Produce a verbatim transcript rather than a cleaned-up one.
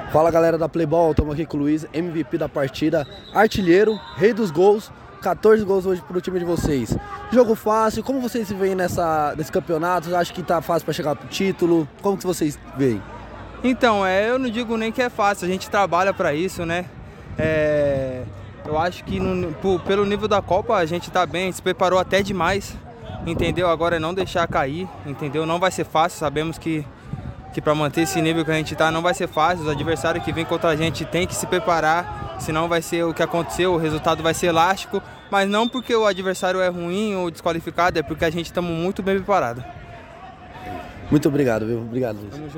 Fala galera da Playball, estamos aqui com o Luiz, M V P da partida, artilheiro, rei dos gols, quatorze gols hoje pro time de vocês. Jogo fácil, como vocês se veem nessa, nesse campeonato? Acho que tá fácil para chegar pro título? Como que vocês veem? Então, é, eu não digo nem que é fácil, a gente trabalha para isso, né? É, eu acho que no, pelo nível da Copa a gente tá bem, a gente se preparou até demais, entendeu? Agora é não deixar cair, entendeu? Não vai ser fácil, sabemos que que para manter esse nível que a gente tá não vai ser fácil, os adversários que vêm contra a gente tem que se preparar, senão vai ser o que aconteceu, o resultado vai ser elástico, mas não porque o adversário é ruim ou desqualificado, é porque a gente estamos muito bem preparados. Muito obrigado, viu? Obrigado, Luiz.